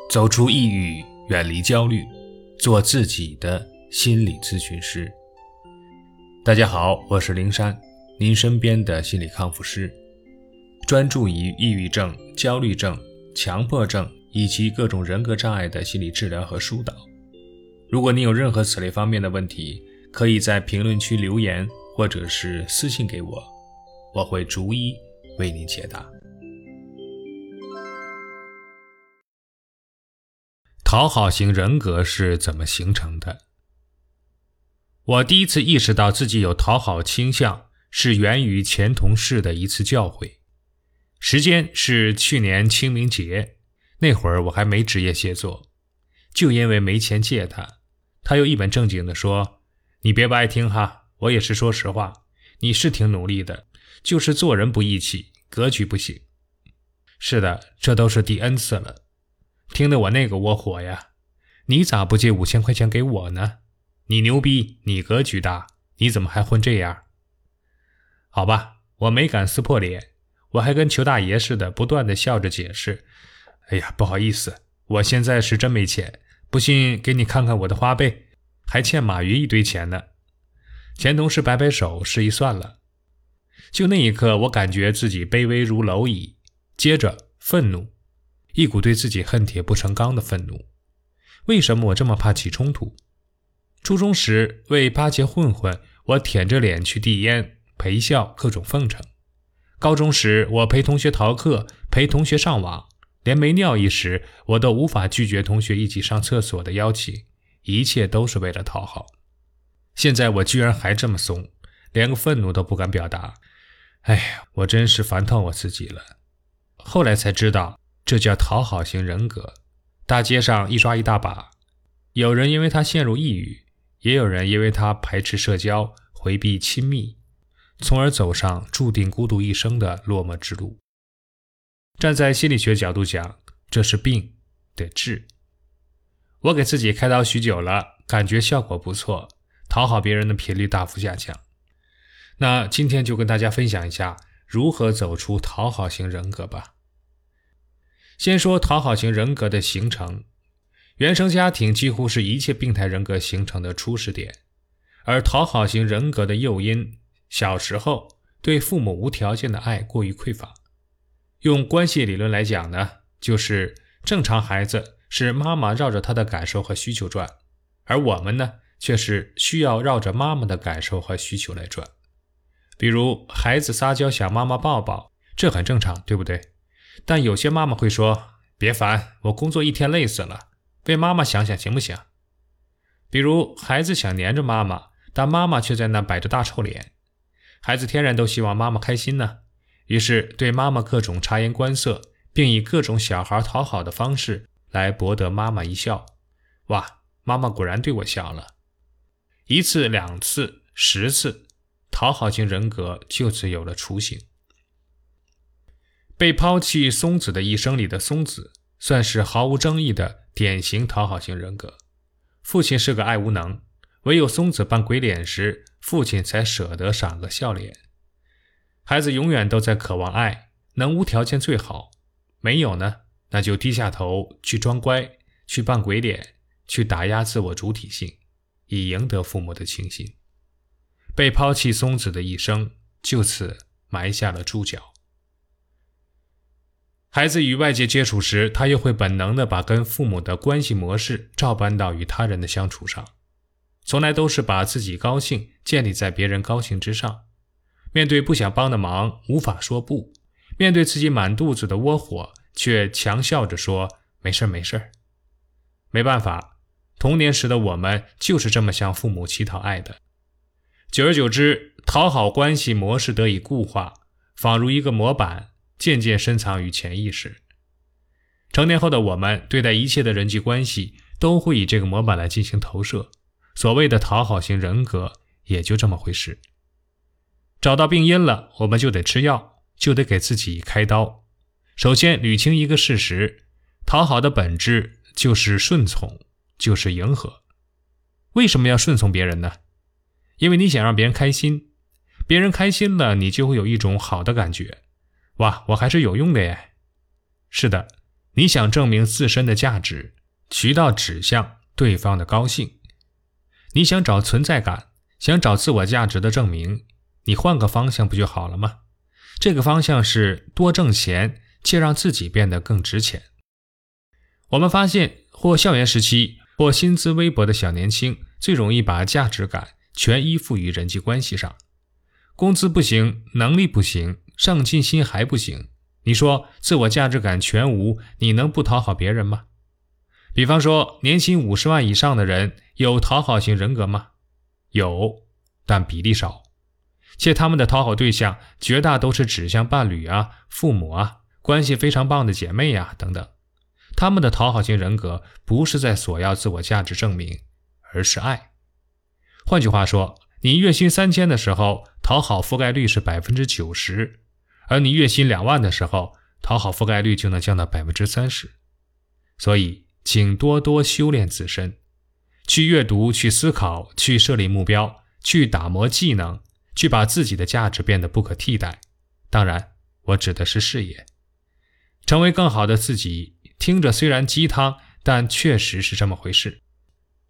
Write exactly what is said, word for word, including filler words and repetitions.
走出抑郁，远离焦虑，做自己的心理咨询师。大家好，我是灵山，您身边的心理康复师，专注于抑郁症、焦虑症、强迫症以及各种人格障碍的心理治疗和疏导。如果您有任何此类方面的问题，可以在评论区留言或者是私信给我，我会逐一为您解答。讨好型人格是怎么形成的？我第一次意识到自己有讨好倾向，是源于前同事的一次教诲。时间是去年清明节，那会儿我还没职业写作，就因为没钱借他，他又一本正经地说，你别不爱听哈，我也是说实话，你是挺努力的，就是做人不义气，格局不行。是的，这都是第 N 次了，听得我那个窝火呀，你咋不借五千块钱给我呢？你牛逼，你格局大，你怎么还混这样？好吧，我没敢撕破脸，我还跟裘大爷似的不断地笑着解释，哎呀，不好意思，我现在是真没钱，不信给你看看我的花呗，还欠马云一堆钱呢。前同事摆摆手示意算了。就那一刻，我感觉自己卑微如蝼蚁，接着愤怒，一股对自己恨铁不成钢的愤怒。为什么我这么怕起冲突？初中时为巴结混混，我舔着脸去递烟陪笑，各种奉承。高中时我陪同学逃课，陪同学上网，连没尿意时我都无法拒绝同学一起上厕所的邀请，一切都是为了讨好。现在我居然还这么怂，连个愤怒都不敢表达。哎呀，我真是烦透我自己了。后来才知道，这叫讨好型人格。大街上一抓一大把，有人因为他陷入抑郁，也有人因为他排斥社交，回避亲密，从而走上注定孤独一生的落寞之路。站在心理学角度讲，这是病得治。我给自己开刀许久了，感觉效果不错，讨好别人的频率大幅下降。那今天就跟大家分享一下如何走出讨好型人格吧。先说讨好型人格的形成，原生家庭几乎是一切病态人格形成的初始点，而讨好型人格的诱因，小时候对父母无条件的爱过于匮乏。用关系理论来讲呢，就是正常孩子是妈妈绕着他的感受和需求转，而我们呢，却是需要绕着妈妈的感受和需求来转。比如孩子撒娇想妈妈抱抱，这很正常，对不对？但有些妈妈会说，别烦，我工作一天累死了，为妈妈想想行不行？比如孩子想黏着妈妈，但妈妈却在那摆着大臭脸。孩子天然都希望妈妈开心呢，于是对妈妈各种察言观色，并以各种小孩讨好的方式来博得妈妈一笑。哇，妈妈果然对我笑了。一次两次十次，讨好型人格就此有了雏形。被抛弃松子的一生里的松子，算是毫无争议的典型讨好型人格。父亲是个爱无能，唯有松子扮鬼脸时，父亲才舍得赏个笑脸。孩子永远都在渴望爱，能无条件最好，没有呢，那就低下头去装乖，去扮鬼脸，去打压自我主体性，以赢得父母的倾心。被抛弃松子的一生就此埋下了注脚。孩子与外界接触时，他又会本能地把跟父母的关系模式照搬到与他人的相处上，从来都是把自己高兴建立在别人高兴之上。面对不想帮的忙，无法说不；面对自己满肚子的窝火，却强笑着说没事没事。没办法，童年时的我们就是这么向父母乞讨爱的。久而久之，讨好关系模式得以固化，仿如一个模板，渐渐深藏于潜意识。成年后的我们对待一切的人际关系都会以这个模板来进行投射，所谓的讨好型人格也就这么回事。找到病因了，我们就得吃药，就得给自己开刀。首先捋清一个事实，讨好的本质就是顺从，就是迎合。为什么要顺从别人呢？因为你想让别人开心，别人开心了，你就会有一种好的感觉，哇，我还是有用的耶。是的， 你想证明自身的价值，渠道指向对方的高兴。你想找存在感，想找自我价值的证明，你换个方向不就好了吗？这个方向是多挣钱，且让自己变得更值钱。我们发现，或校园时期，或薪资微薄的小年轻，最容易把价值感全依附于人际关系上。工资不行，能力不行，上进心还不行，你说自我价值感全无，你能不讨好别人吗？比方说，年薪五十万以上的人有讨好型人格吗？有，但比例少。且他们的讨好对象绝大都是指向伴侣啊、父母啊、关系非常棒的姐妹啊等等。他们的讨好型人格不是在索要自我价值证明，而是爱。换句话说，你月薪三千的时候，讨好覆盖率是 百分之九十， 而你月薪两万的时候，讨好覆盖率就能降到 百分之三十。 所以请多多修炼自身，去阅读，去思考，去设立目标，去打磨技能，去把自己的价值变得不可替代。当然，我指的是事业。成为更好的自己，听着虽然鸡汤，但确实是这么回事。